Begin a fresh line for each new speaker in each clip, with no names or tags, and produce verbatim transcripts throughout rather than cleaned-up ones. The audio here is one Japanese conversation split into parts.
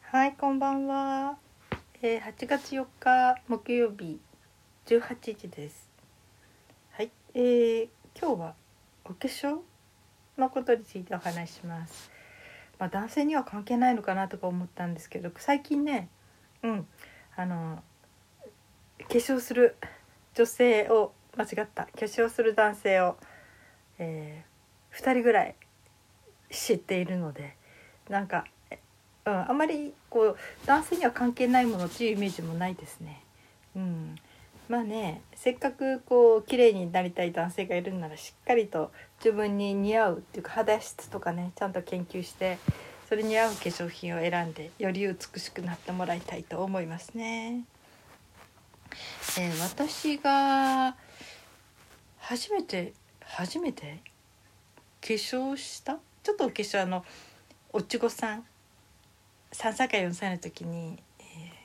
はい、こんばんは。えー、はちがつよっか木曜日じゅうはちじです。はい、えー、今日はお化粧のことについてお話しします。まあ、男性には関係ないのかなとか思ったんですけど、最近ね、うん、あの化粧する女性を間違った化粧する男性を、えー、ふたりぐらい知っているので、なんかうん、あまりこう男性には関係ないものっていうイメージもないですね。うん、まあね、せっかくこう綺麗になりたい男性がいるならしっかりと自分に似合うっていうか肌質とかねちゃんと研究してそれに合う化粧品を選んでより美しくなってもらいたいと思いますね。えー、私が初めて初めて化粧したちょっとお化粧あのおちごさんさんさいかよんさいの時に、えー、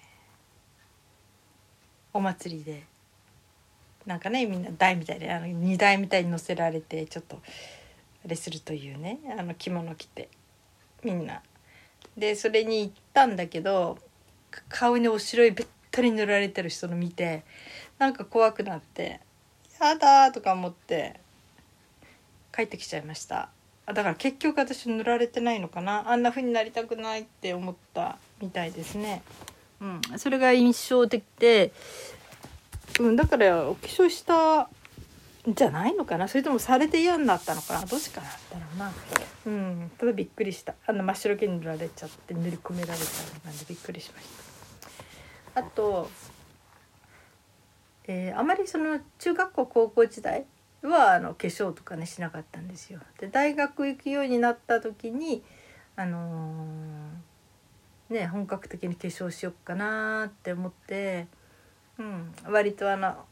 お祭りでなんかねみんな台みたいであの荷台みたいに乗せられてちょっとあれするというねあの着物着てみんなでそれに行ったんだけど顔にお白いべったり塗られてる人の見てなんか怖くなってやだとか思って帰ってきちゃいました。だから結局私塗られてないのかな、あんな風になりたくないって思ったみたいですね。うん、それが印象的で、うん、だからお化粧したんじゃないのかな、それともされて嫌になったのかな、どっちかなったろうな。うん、ただびっくりした。あの真っ白けに塗られちゃって塗り込められたのなんでびっくりしました。あと、えー、あまりその中学校高校時代はあの化粧とかねしなかったんですよ。で大学行くようになった時にあのー、ね本格的に化粧しよっかなって思って、うん、割とあの、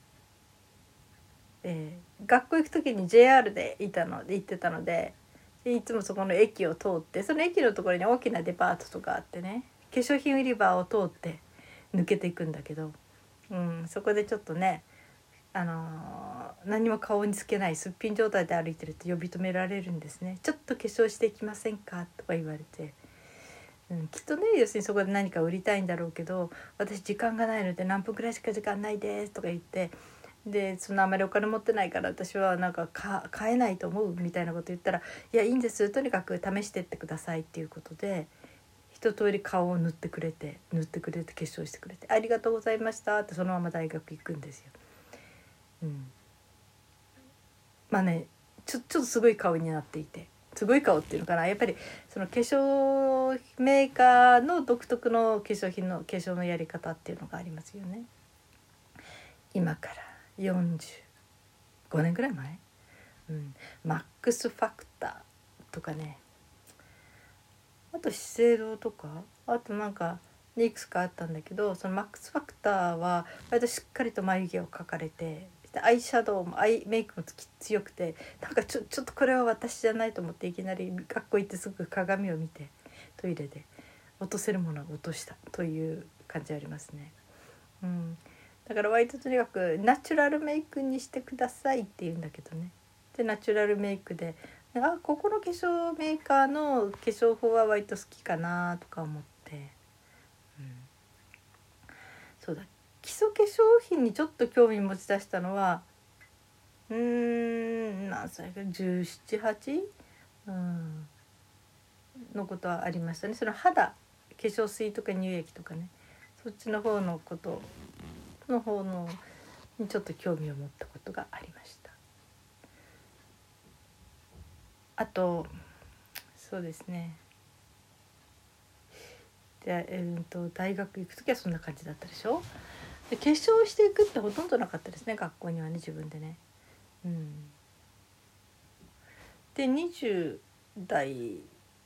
えー、学校行く時に ジェイアール でいたので行ってたので、いつもそこの駅を通ってその駅のところに大きなデパートとかあってね、化粧品売り場を通って抜けていくんだけど、うん、そこでちょっとねあのー、何も顔につけないすっぴん状態で歩いてると呼び止められるんですね。ちょっと化粧していきませんかとか言われて、うん、きっとね要するにそこで何か売りたいんだろうけど、私時間がないので何分くらいしか時間ないですとか言って、でそんなあまりお金持ってないから私はなんかか買えないと思うみたいなこと言ったら、いやいいんです、とにかく試してってくださいっていうことで一通り顔を塗ってくれて塗ってくれて化粧してくれてありがとうございましたってそのまま大学行くんですよ。うん、まあねちょ、ちょっとすごい顔になっていて、すごい顔っていうのかな、やっぱりその化粧メーカーの独特の化粧品の化粧のやり方っていうのがありますよね。今からよんじゅうごねんぐらい前、うん、マックスファクターとかね、あと資生堂とかあとなんかいくつかあったんだけど、そのマックスファクターは割としっかりと眉毛を描かれて、アイシャドウもアイメイクも強くて、なんかちょちょっとこれは私じゃないと思っていきなり学校行ってすぐ鏡を見てトイレで落とせるものを落としたという感じありますね。うん、だから割ととにかくナチュラルメイクにしてくださいって言うんだけどね。でナチュラルメイクで、あここの化粧メーカーの化粧法は割と好きかなとか思って、うん、そうだ、基礎化粧品にちょっと興味持ち出したのはうーん何歳かじゅうなな、はち、うん、のことはありましたね。その肌化粧水とか乳液とかね、そっちの方のことの方のにちょっと興味を持ったことがありました。あとそうですね、で、えー、と大学行く時はそんな感じだったでしょ。で化粧していくってほとんどなかったですね、学校にはね、自分でね。うん、でにじゅう代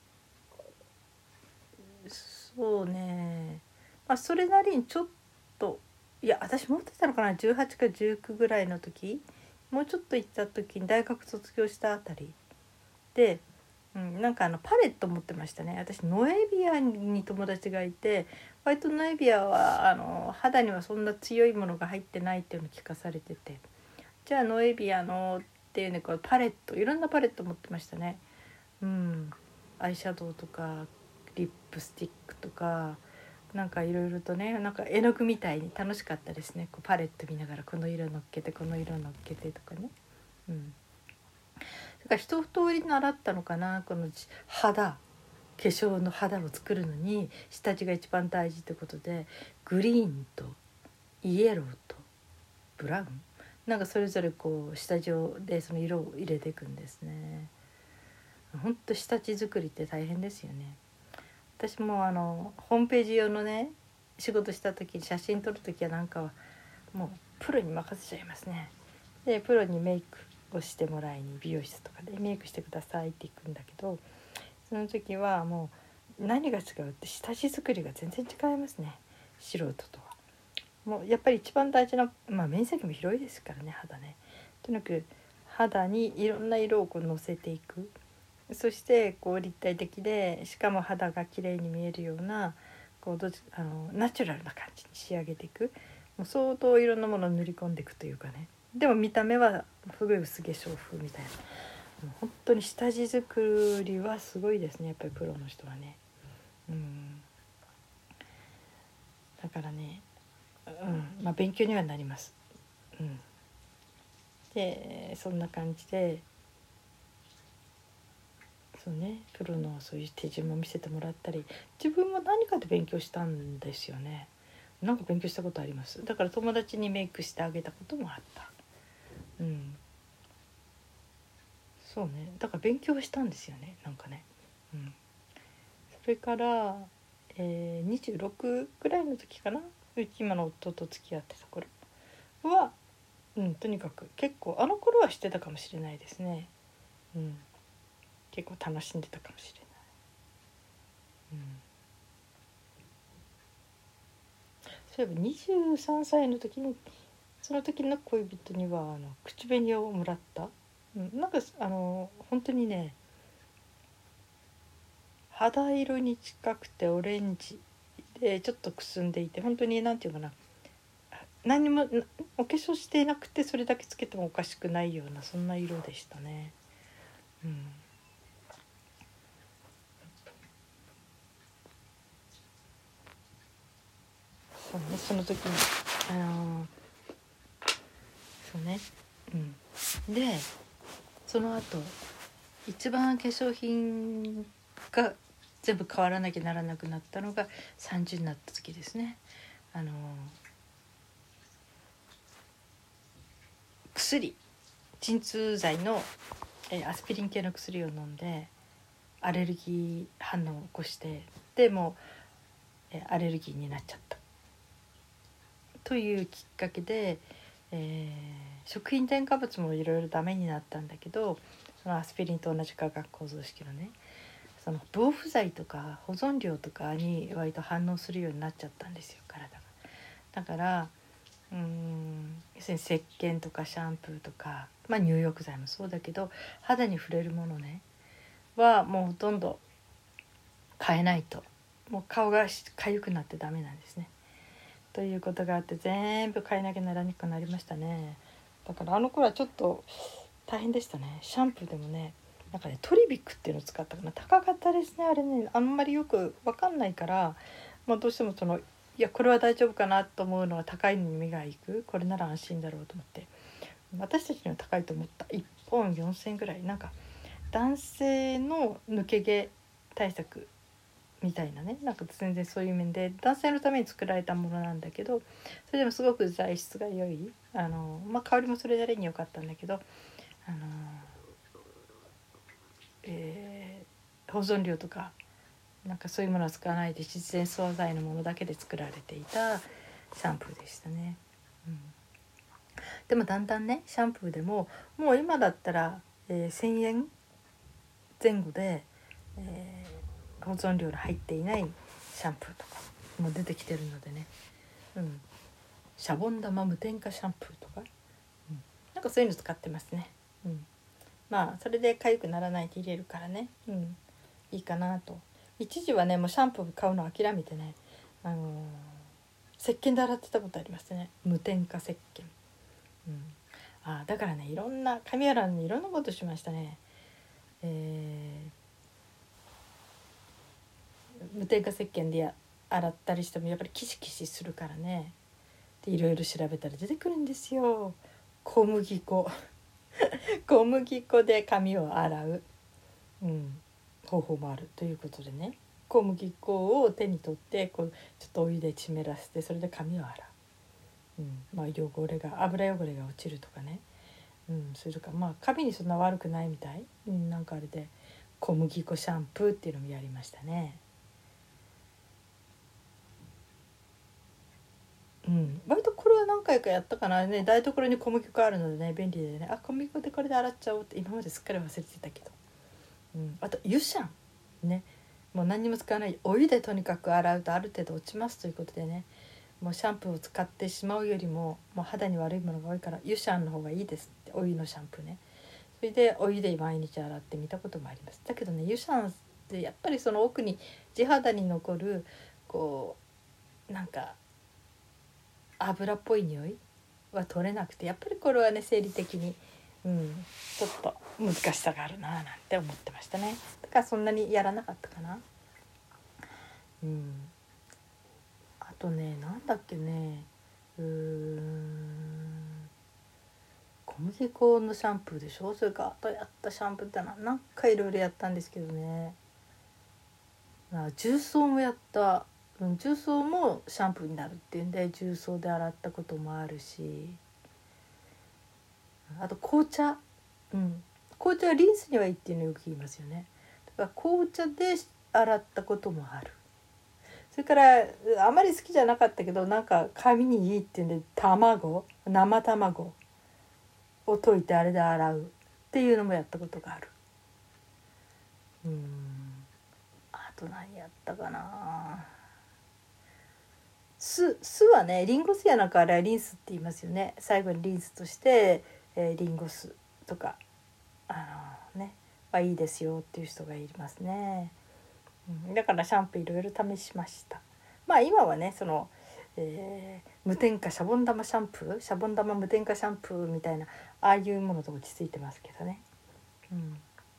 そうね、まあ、それなりにちょっと、いや私持ってたのかな、じゅうはちかじゅうきゅうぐらいの時、もうちょっと行った時に大学卒業したあたりで、うん、なんかあのパレット持ってましたね。私ノエビアに友達がいて、割とノエビアはあの肌にはそんな強いものが入ってないっていうのを聞かされてて、じゃあノエビアのっていうね、これパレットいろんなパレット持ってましたね。うん、アイシャドウとかリップスティックとかなんかいろいろとね、なんか絵の具みたいに楽しかったですね。こうパレット見ながらこの色のっけてこの色のっけてとかね、うん、だから一通り習ったのかな。この肌化粧の肌を作るのに下地が一番大事ってことで、グリーンとイエローとブラウン、なんかそれぞれこう下地でその色を入れていくんですね。ほんと下地作りって大変ですよね。私もあのホームページ用のね仕事した時に写真撮る時はなんかはもうプロに任せちゃいますね。でプロにメイクをしてもらいに美容室とかでメイクしてくださいって行くんだけど、その時はもう何が違うって下地作りが全然違いますね、素人とは。もうやっぱり一番大事な、まあ面積も広いですからね肌ね。とにかく肌にいろんな色をこうのせていく、そしてこう立体的でしかも肌が綺麗に見えるようなこうどあのナチュラルな感じに仕上げていく。もう相当いろんなものを塗り込んでいくというかね。でも見た目はすごい薄化粧風みたいな。もう本当に下地作りはすごいですね、やっぱりプロの人はね。うん、だからね、うん、まあ勉強にはなります。うん、でそんな感じで。そうね、プロのそういう手順も見せてもらったり、自分も何かで勉強したんですよね。なんか勉強したことあります。だから友達にメイクしてあげたこともあった。うん、そうね、だから勉強したんですよね、なんかね。うん、それから、えー、にじゅうろくぐらいの時かな、うち今の夫と付き合ってた頃は、うん、とにかく結構あの頃はしてたかもしれないですね。うん、結構楽しんでたかもしれない。うん、そういえばにじゅうさんさいの時にその時の恋人にはあの口紅をもらった、うん、なんかあの本当にね肌色に近くてオレンジでちょっとくすんでいて、本当になんていうかな、何もお化粧していなくてそれだけつけてもおかしくないようなそんな色でしたね。うん、そうね、その時にあのそうね、うん、でその後一番化粧品が全部変わらなきゃならなくなったのがさんじゅうになった時ですね。あの薬鎮痛剤の、えーアスピリン系の薬を飲んでアレルギー反応を起こして、でもう、えーアレルギーになっちゃったというきっかけで、えー食品添加物もいろいろダメになったんだけど、そのアスピリンと同じ化学構造式のね、その防腐剤とか保存料とかに割と反応するようになっちゃったんですよ、体が。だからうーん要するに石鹸とかシャンプーとか、まあ、入浴剤もそうだけど肌に触れるものねはもうほとんど変えないと、もう顔が痒くなってダメなんですね。ということがあって全部変えなきゃならなくなりましたね。だからあの頃はちょっと大変でしたね。シャンプーでもね、なんかねトリビックっていうのを使ったかな、高かったですねあれね。あんまりよく分かんないから、まあ、どうしてもそのいやこれは大丈夫かなと思うのは高いのに目がいく、これなら安心だろうと思って、私たちには高いと思った。いっぽんよんせんえんぐらい、なんか男性の抜け毛対策みたいなね、なんか全然そういう面で男性のために作られたものなんだけど、それでもすごく材質が良い、あの、まあ、香りもそれなりに良かったんだけど、あの、えー保存料とかなんかそういうものは使わないで自然素材のものだけで作られていたシャンプーでしたね。うん、でもだんだんねシャンプーでももう今だったら、えー、せんえんぜん後で、えー保存料の入っていないシャンプーとかも出てきてるのでね、うん、シャボン玉無添加シャンプーとか、うん、なんかそういうの使ってますね。うん、まあそれで痒くならないで入れるからね、うん、いいかなと。一時はねもうシャンプー買うの諦めてね、あのー、石鹸で洗ってたことありますね、無添加石鹸。うん、あだからねいろんな髪洗うのにいろんなことしましたね。え無添加石鹸でや洗ったりしてもやっぱりキシキシするからね。でいろいろ調べたら出てくるんですよ。小麦粉小麦粉で髪を洗う、うん、方法もあるということでね、小麦粉を手に取ってこうちょっとお湯で湿らせて、それで髪を洗う、うん、まあ汚れが油汚れが落ちるとかね、うん、それとかまあ髪にそんな悪くないみたい、うん、なんかあれで小麦粉シャンプーっていうのもやりましたね。うん、割とこれは何回かやったかなね。台所に小麦粉あるのでね便利でね、あ小麦粉でこれで洗っちゃおうって今まですっかり忘れてたけど、うん、あと湯シャンね、もう何にも使わないお湯でとにかく洗うとある程度落ちますということでね、もうシャンプーを使ってしまうよりももう肌に悪いものが多いから湯シャンの方がいいですって、お湯のシャンプーね。それでお湯で毎日洗ってみたこともあります。だけどね湯シャンってやっぱりその奥に地肌に残るこうなんか油っぽい匂いは取れなくて、やっぱりこれはね生理的に、うん、ちょっと難しさがあるななんて思ってましたね。だからそんなにやらなかったかな。うん、あとねなんだっけね、うーん小麦粉のシャンプーでしょ。それからあとやったシャンプーって何回いろいろやったんですけどね、あ重曹もやった、うん、重曹もシャンプーになるっていうんで重曹で洗ったこともあるし、あと紅茶、うん、紅茶はリンスにはいいっていうのをよく言いますよね。だから紅茶で洗ったこともある。それからあまり好きじゃなかったけどなんか髪にいいっていうんで卵生卵を溶いてあれで洗うっていうのもやったことがある。うん、あと何やったかな。酢酢はねリンゴ酢やなんかあれはリンスって言いますよね。最後にリンスとして、えー、リンゴ酢とかあのねはいいですよっていう人がいますね。うん、だからシャンプーいろいろ試しました。まあ今はねその、えー、無添加シャボン玉シャンプーシャボン玉無添加シャンプーみたいなああいうものと落ち着いてますけどね。うん、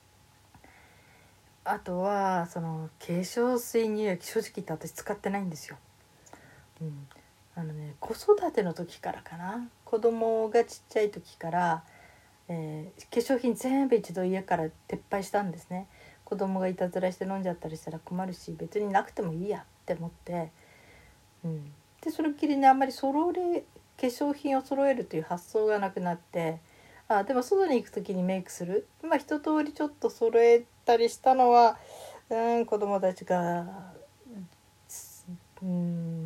あとはその化粧水乳液正直言って私使ってないんですよ。うん、あのね子育ての時からかな、子供がちっちゃい時から、えー、化粧品全部一度家から撤廃したんですね。子供がいたずらして飲んじゃったりしたら困るし別になくてもいいやって思って、うん、でそれっきりねあんまり揃え化粧品を揃えるという発想がなくなって、あでも外に行く時にメイクする、まあ一通りちょっと揃えたりしたのは、うん、子供たちが、うん、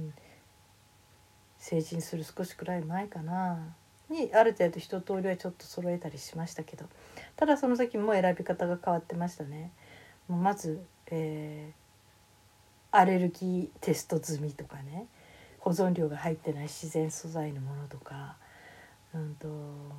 成人する少しくらい前かなにある程度一通りはちょっと揃えたりしましたけど、ただその時も選び方が変わってましたね。もうまず、えー、アレルギーテスト済みとかね、保存料が入ってない自然素材のものとか、うんと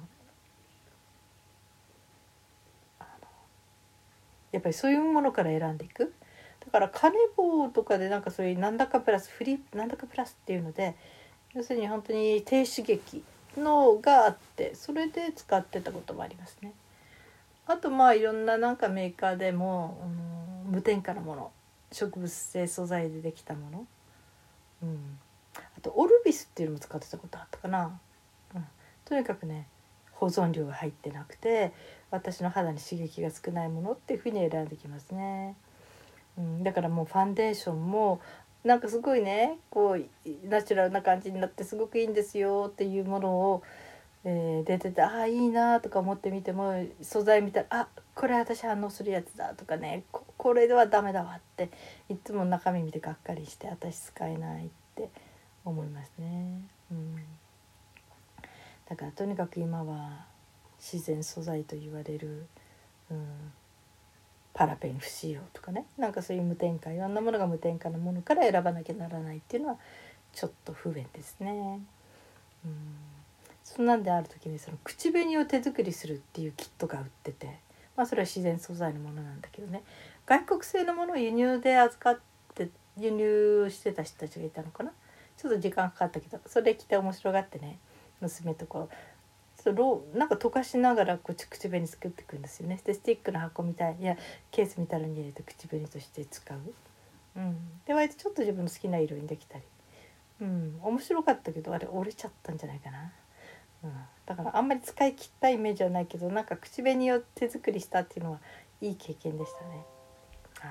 やっぱりそういうものから選んでいく。だからカネボウとかでなんかそういうなんだかプラスフリーなんだかプラスっていうので、要するに本当に低刺激のがあってそれで使ってたこともありますね。あとまあいろんななんかメーカーでも、うん、無添加のもの、植物性素材でできたもの、うん、あとオルビスっていうのも使ってたことあったかな、うん、とにかくね保存料が入ってなくて私の肌に刺激が少ないものっていうふうに選んできますね。うん、だからもうファンデーションもなんかすごいねこうナチュラルな感じになってすごくいいんですよっていうものを、えー、出ててああいいなとか思ってみても素材見たらあこれ私反応するやつだとかね こ, これではダメだわっていつも中身見てがっかりして私使えないって思いますね。うん、だからとにかく今は自然素材と言われる、うん、パラベン不使用とかね、なんかそういう無添加いろんなものが無添加のものから選ばなきゃならないっていうのはちょっと不便ですね。うん、そんなんである時にその口紅を手作りするっていうキットが売ってて、まあそれは自然素材のものなんだけどね、外国製のものを輸入で扱って輸入してた人たちがいたのかな。ちょっと時間かかったけどそれ着て面白がってね、娘とこうロなんか溶かしながらこう口紅作っていくんですよね。でスティックの箱みたいいやケースみたいに入れて口紅として使う、 うん、で割とちょっと自分の好きな色にできたり、うん、面白かったけどあれ折れちゃったんじゃないかな、うん、だからあんまり使い切ったイメージはないけど、なんか口紅を手作りしたっていうのはいい経験でしたね。はい、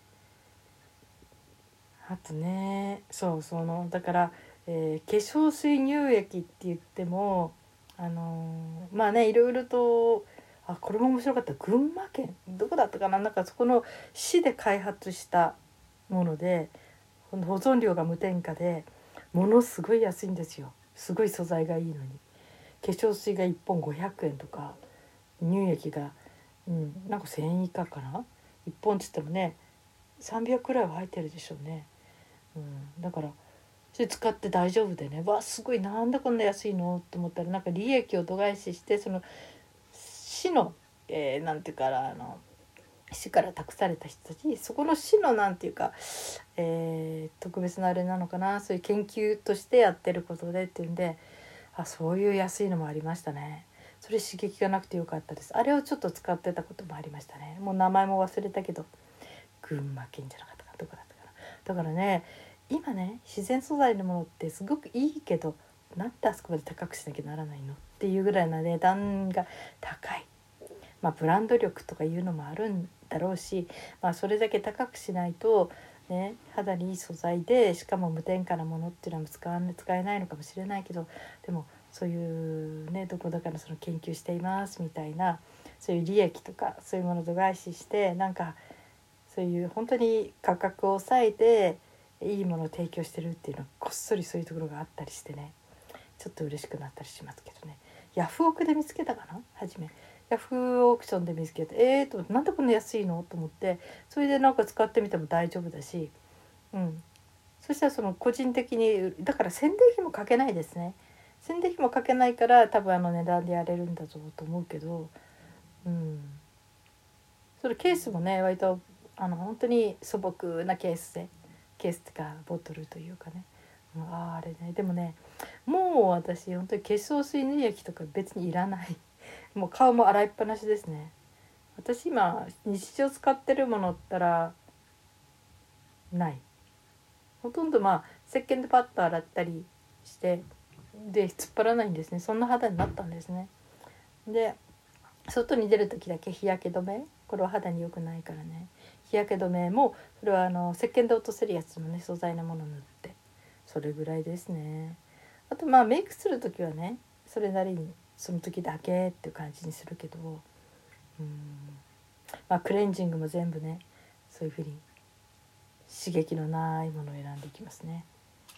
あとね、そうそのだから、えー化粧水乳液って言ってもあのーまあねいろいろと、あこれも面白かった。群馬県どこだったかな、なんかそこの市で開発したもので、保存料が無添加でものすごい安いんですよ。すごい素材がいいのに化粧水がいっぽんごひゃくえんとか、乳液が、うん、なんかせんえん以下かな、いっぽんっつってもねさんびゃくくらいは入ってるでしょうね。うん、だからそれ使って大丈夫でね、わあすごいなんでこんな安いのと思ったら、なんか利益を度外視してその市の、えー、なんていうかあの市から託された人たち、そこの市のなんていうか、えー、特別なあれなのかな、そういう研究としてやってることでっていうんで、あそういう安いのもありましたね。それ刺激がなくてよかったです。あれをちょっと使ってたこともありましたね。もう名前も忘れたけど群馬県じゃなかったかどこだったかな。だからね今ね自然素材のものってすごくいいけど、なんであそこまで高くしなきゃならないのっていうぐらいの値段が高い。まあブランド力とかいうのもあるんだろうし、まあ、それだけ高くしないと、ね、肌にいい素材でしかも無添加なものっていうのは使わ使えないのかもしれないけど、でもそういうねどこだからその研究していますみたいなそういう利益とかそういうものを度外視して、なんかそういう本当に価格を抑えていいものを提供してるっていうのはこっそりそういうところがあったりしてね、ちょっと嬉しくなったりしますけどね。ヤフオクで見つけたかな初め。ヤフーオークションで見つけてえーとなんでこんな安いのと思って、それでなんか使ってみても大丈夫だし、うん、そしたらその個人的にだから宣伝費もかけないですね。宣伝費もかけないから多分あの値段でやれるんだぞと思うけど、うん、それケースもね割とあの本当に素朴なケースで、ケースってかボトルというかね、うん、ああれねでもねもう私本当に化粧水乳液とか別にいらないもう顔も洗いっぱなしですね。私今日常使ってるものったらない、ほとんどまあ石鹸でパッと洗ったりしてで突っ張らないんですね。そんな肌になったんですね。で外に出る時だけ日焼け止め、これは肌に良くないからね、日焼け止めもそれはあの石鹸で落とせるやつのね素材のもの塗って、それぐらいですね。あとまあメイクする時はねそれなりにその時だけっていう感じにするけど、うんまあクレンジングも全部ねそういうふうに刺激のないものを選んでいきますね。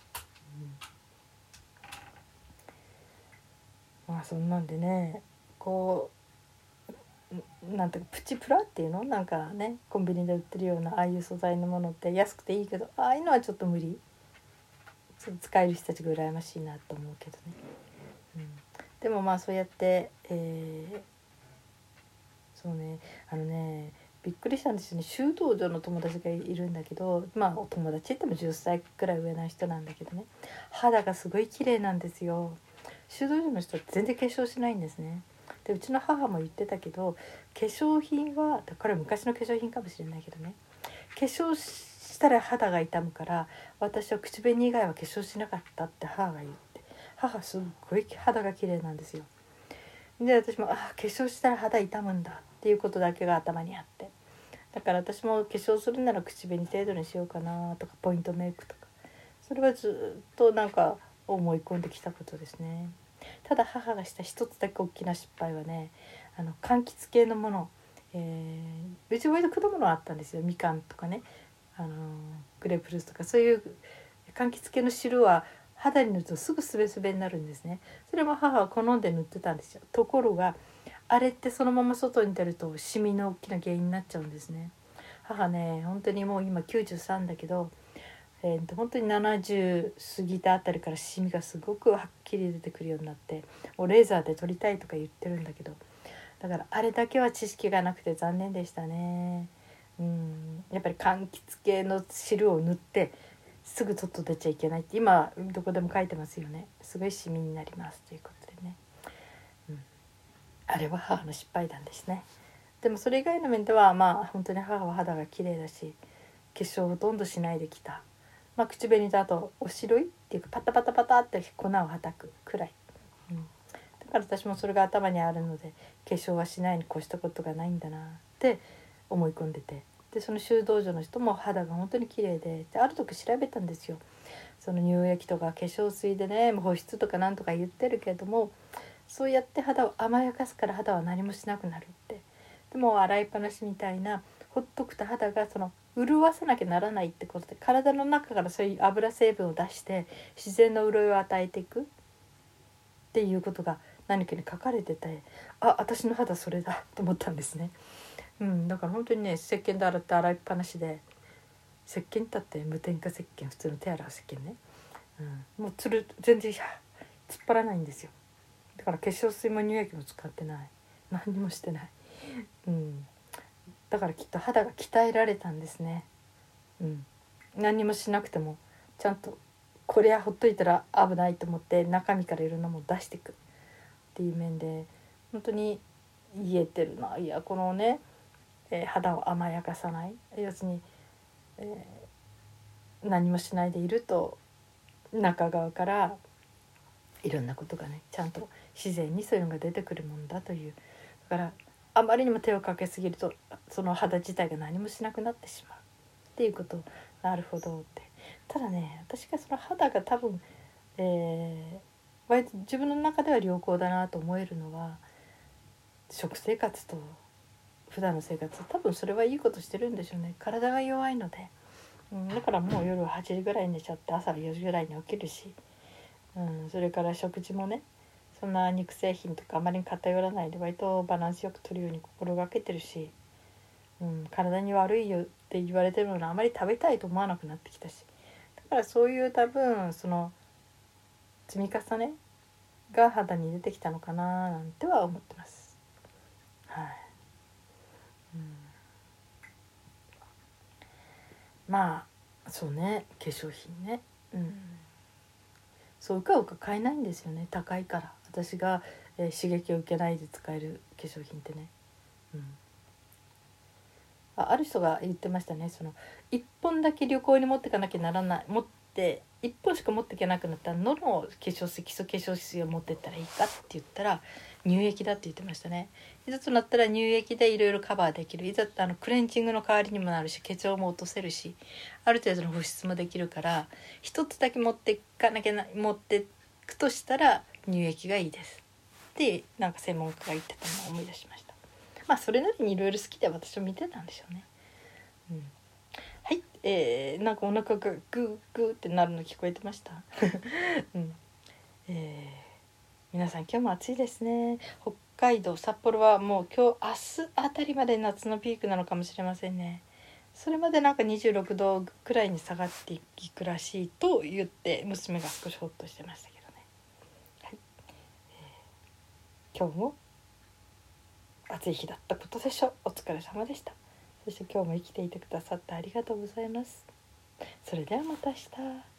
うん、まあそんなんでねこうなんていうかプチプラっていうのなんかねコンビニで売ってるようなああいう素材のものって安くていいけど、ああいうのはちょっと無理。ちょっと使える人たちが羨ましいなと思うけどね、うん、でもまあそうやって、えー、そうねあのねびっくりしたんですよね。修道女の友達がいるんだけど、まあお友達って言ってもじゅっさいくらい上の人なんだけどね、肌がすごい綺麗なんですよ。修道女の人って全然化粧しないんですね。でうちの母も言ってたけど化粧品はこれ昔の化粧品かもしれないけどね、化粧したら肌が傷むから私は口紅以外は化粧しなかったって母が言って、母すっごい肌が綺麗なんですよ。で私もあ化粧したら肌傷むんだっていうことだけが頭にあって、だから私も化粧するなら口紅程度にしようかなとかポイントメイクとか、それはずっとなんか思い込んできたことですね。ただ母がした一つだけ大きな失敗はね、あの柑橘系のもの、えー、うち割と果物あったんですよ。みかんとかね、あのグレープフルーツとかそういう柑橘系の汁は肌に塗るとすぐスベスベになるんですね。それも母は好んで塗ってたんですよ。ところがあれってそのまま外に出るとシミの大きな原因になっちゃうんですね。母ね本当にもう今きゅうじゅうさんだけど、えー、と本当にななじゅう過ぎたあたりからシミがすごくはっきり出てくるようになって、もうレーザーで撮りたいとか言ってるんだけど、だからあれだけは知識がなくて残念でしたね。うんやっぱり柑橘系の汁を塗ってすぐ外出ちゃいけないって今どこでも書いてますよね。すごいシミになりますということでね、うん、あれは母の失敗談ですね。でもそれ以外の面ではまあ本当に母は肌が綺麗だし、 化粧をほとんどしないできた、まあ、口紅とあとおしろいっていうかパタパタパタって粉をはたくくらい、うん、だから私もそれが頭にあるので化粧はしないに越したことがないんだなって思い込んでて、でその修道女の人も肌が本当に綺麗で、である時調べたんですよ。その乳液とか化粧水でね保湿とかなんとか言ってるけれども、そうやって肌を甘やかすから肌は何もしなくなるって。でも洗いっぱなしみたいなほっとくと肌がその潤わさなきゃならないってことで、体の中からそういう油成分を出して自然の潤いを与えていくっていうことが何かに書かれてて、あ、私の肌それだと思ったんですね。うん、だから本当にね石鹸で洗って洗いっぱなしで、石鹸だって無添加石鹸、普通の手洗う石鹸ね、うん、もうつる全然突っ張らないんですよ。だから化粧水も乳液も使ってない、何にもしてない、うん、だからきっと肌が鍛えられたんですね、うん、何にもしなくてもちゃんとこれはほっといたら危ないと思って中身からいろんなものを出していくっていう面で本当に言えてるな。いやこのね、えー、肌を甘やかさない、要するに、えー、何もしないでいると中側からいろんなことがねちゃんと自然にそういうのが出てくるもんだという。だからあまりにも手をかけすぎるとその肌自体が何もしなくなってしまうっていうこと。なるほどって。ただね私がその肌が多分、えー、割と自分の中では良好だなと思えるのは食生活と普段の生活、多分それはいいことしてるんでしょうね。体が弱いので、うん、だからもう夜はちじぐらいに寝ちゃって朝はよじぐらいに起きるし、うん、それから食事もねそんな肉製品とかあまりに偏らないで割とバランスよく摂るように心がけてるし、うん、体に悪いよって言われてるのにあまり食べたいと思わなくなってきたし、だからそういう多分その積み重ねが肌に出てきたのかななんては思ってます。はい、うん、まあそうね化粧品ね、うん、そううかうか買えないんですよね、高いから。私が、えー、刺激を受けないで使える化粧品ってね、うん、あ, ある人が言ってましたね。そのいっぽんだけ旅行に持ってかなきゃならない、持っていっぽんしか持っていけなくなったらのの化粧水基礎化粧水を持ってったらいいかって言ったら乳液だって言ってましたね。いざとなったら乳液でいろいろカバーできる、いざあのクレンジングの代わりにもなるし化粧も落とせるしある程度の保湿もできるから、一つだけ持っていかなきゃな持っていくとしたら乳液がいいですってなんか専門家が言ってたのを思い出しました。まあそれなりにいろいろ好きで私も見てたんでしょうね、うん、はい、えー、なんかお腹がグーグーってなるの聞こえてました、うんえー、皆さん今日も暑いですね。北海道札幌はもう今日明日あたりまで夏のピークなのかもしれませんね。それまでなんかにじゅうろくどくらいに下がっていくらしいと言って娘が少しホッとしてましたけどね、はいえー、今日も暑い日だったことでしょう。お疲れ様でした。そして今日も生きていてくださってありがとうございます。それではまた明日。